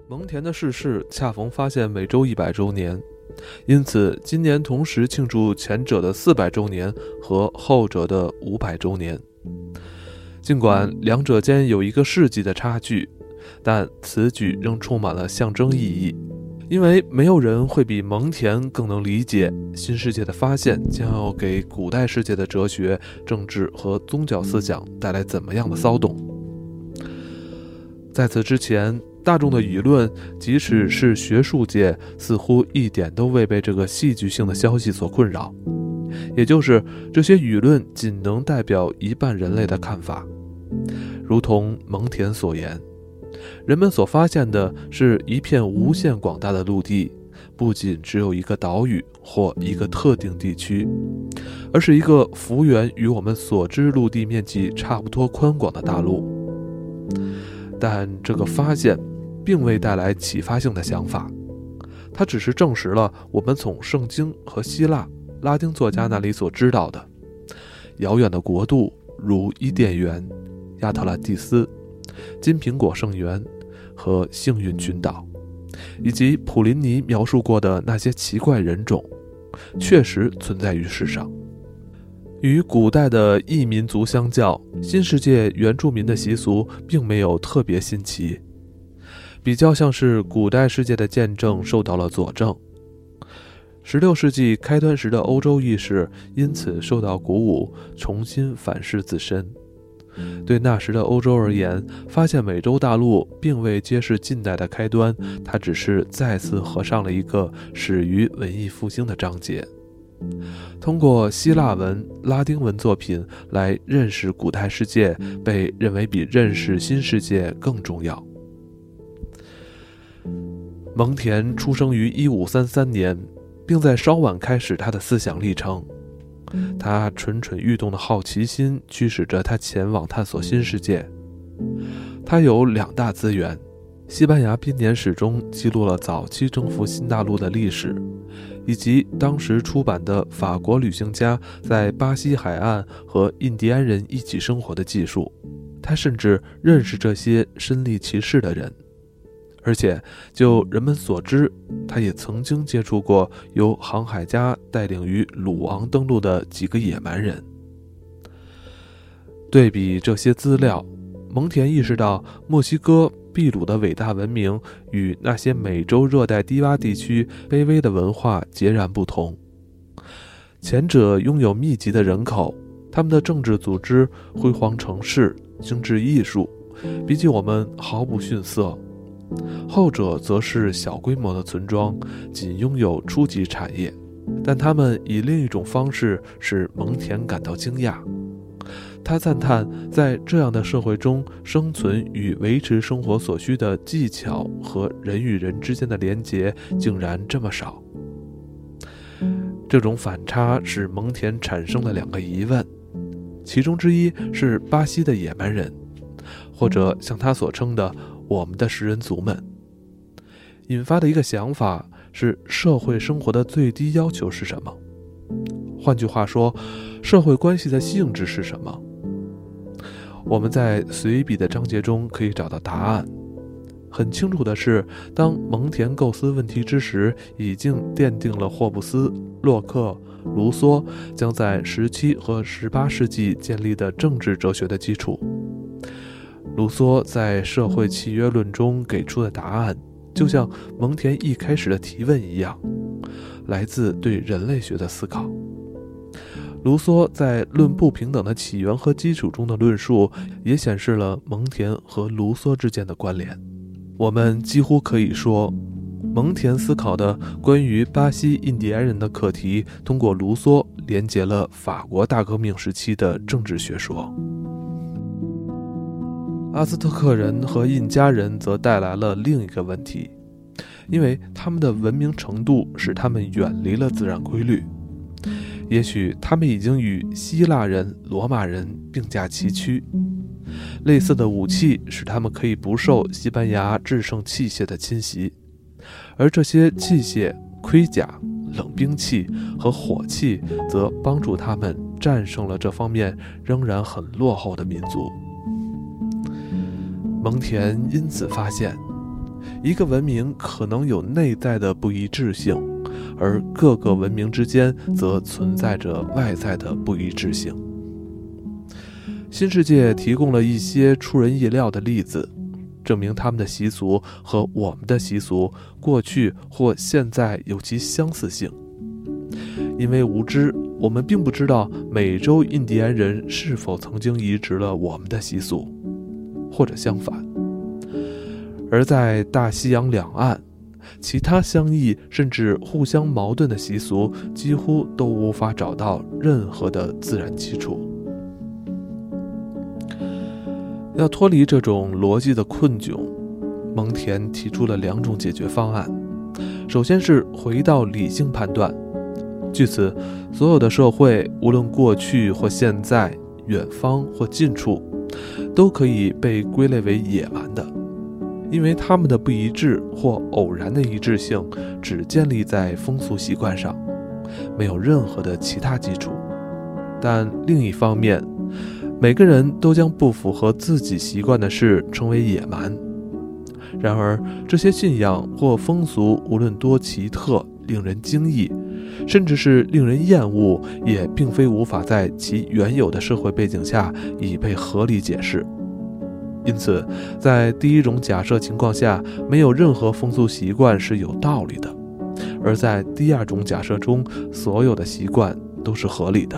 蒙恬的逝世恰逢发现美洲100周年，因此今年同时庆祝前者的400周年和后者的500周年。尽管两者间有1个世纪的差距，但此举仍充满了象征意义，因为没有人会比蒙恬更能理解新世界的发现将要给古代世界的哲学、政治和宗教思想带来怎么样的骚动。在此之前，大众的舆论，即使是学术界，似乎一点都未被这个戏剧性的消息所困扰，也就是这些舆论仅能代表1半人类的看法。如同蒙恬所言，人们所发现的是一片无限广大的陆地，不仅只有一个岛屿或一个特定地区，而是一个幅员与我们所知陆地面积差不多宽广的大陆。但这个发现并未带来启发性的想法，它只是证实了我们从圣经和希腊、拉丁作家那里所知道的遥远的国度，如伊甸园、亚特兰蒂斯、金苹果圣园和幸运群岛，以及普林尼描述过的那些奇怪人种，确实存在于世上。与古代的异民族相较，新世界原住民的习俗并没有特别新奇，比较像是古代世界的见证受到了佐证。16世纪开端时的欧洲意识因此受到鼓舞，重新反思自身。对那时的欧洲而言，发现美洲大陆并未揭示近代的开端，它只是再次合上了一个始于文艺复兴的章节。通过希腊文、拉丁文作品来认识古代世界，被认为比认识新世界更重要。蒙恬出生于1533年，并在稍晚开始他的思想历程。他蠢蠢欲动的好奇心驱使着他前往探索新世界。他有2大资源：西班牙编年史中记录了早期征服新大陆的历史，以及当时出版的法国旅行家在巴西海岸和印第安人一起生活的记述。他甚至认识这些身历其境的人，而且就人们所知，他也曾经接触过由航海家带领于鲁昂登陆的几个野蛮人。对比这些资料，蒙恬意识到墨西哥、秘鲁的伟大文明与那些美洲热带低洼地区卑微的文化截然不同。前者拥有密集的人口，他们的政治组织、辉煌城市、精致艺术，比起我们毫不逊色。后者则是小规模的村庄，仅拥有初级产业，但他们以另一种方式使蒙恬感到惊讶。他赞叹在这样的社会中生存与维持生活所需的技巧和人与人之间的连结竟然这么少。这种反差使蒙恬产生了2个疑问，其中之一是巴西的野蛮人，或者像他所称的我们的食人族们，引发的一个想法是社会生活的最低要求是什么？换句话说，社会关系的性质是什么？我们在随笔的章节中可以找到答案。很清楚的是，当蒙恬构思问题之时，已经奠定了霍布斯、洛克、卢梭将在17和18世纪建立的政治哲学的基础。卢梭在《社会契约论》中给出的答案，就像蒙恬一开始的提问一样，来自对人类学的思考。卢梭在《论不平等的起源和基础》中的论述，也显示了蒙恬和卢梭之间的关联。我们几乎可以说，蒙恬思考的关于巴西印第安人的课题，通过卢梭连结了法国大革命时期的政治学说。阿兹特克人和印加人则带来了另一个问题，因为他们的文明程度使他们远离了自然规律。也许他们已经与希腊人、罗马人并驾齐驱，类似的武器使他们可以不受西班牙制胜器械的侵袭，而这些器械、盔甲、冷兵器和火器则帮助他们战胜了这方面仍然很落后的民族。蒙恬因此发现， 一个文明可能有内在的不一致性，而各个文明之间则存在着外在的不一致性。新世界提供了一些出人意料的例子，证明他们的习俗和我们的习俗过去或现在有其相似性。因为无知，我们并不知道美洲印第安人是否曾经移植了我们的习俗，或者相反。而在大西洋两岸，其他相异甚至互相矛盾的习俗几乎都无法找到任何的自然基础。要脱离这种逻辑的困窘，蒙恬提出了2种解决方案。首先是回到理性判断，据此，所有的社会，无论过去或现在，远方或近处，都可以被归类为野蛮的，因为它们的不一致或偶然的一致性只建立在风俗习惯上，没有任何的其他基础。但另一方面，每个人都将不符合自己习惯的事称为野蛮。然而，这些信仰或风俗无论多奇特、令人惊异，甚至是令人厌恶，也并非无法在其原有的社会背景下已被合理解释。因此，在第一种假设情况下，没有任何风俗习惯是有道理的；而在第二种假设中，所有的习惯都是合理的。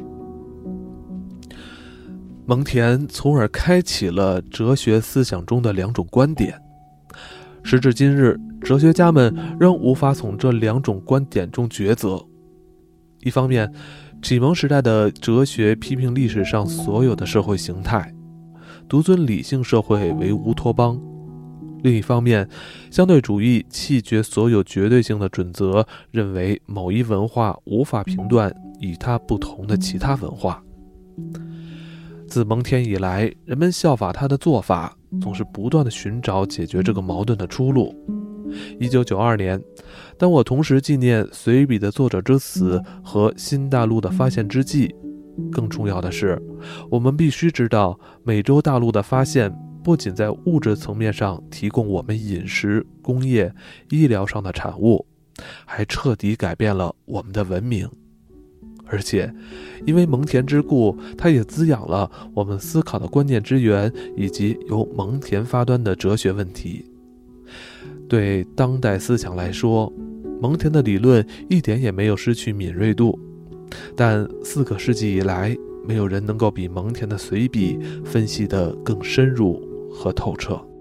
蒙恬从而开启了哲学思想中的2种观点。时至今日，哲学家们仍无法从这2种观点中抉择。一方面，启蒙时代的哲学批评历史上所有的社会形态，独尊理性社会为乌托邦；另一方面，相对主义弃绝所有绝对性的准则，认为某一文化无法评断与它不同的其他文化。自蒙恬以来，人们效法他的做法，总是不断地寻找解决这个矛盾的出路。1992年，当我同时纪念随笔的作者之死和新大陆的发现之际，更重要的是，我们必须知道，美洲大陆的发现不仅在物质层面上提供我们饮食、工业、医疗上的产物，还彻底改变了我们的文明。而且，因为蒙恬之故，它也滋养了我们思考的观念之源，以及由蒙恬发端的哲学问题。对当代思想来说，蒙恬的理论一点也没有失去敏锐度，但4个世纪以来，没有人能够比蒙恬的随笔分析得更深入和透彻。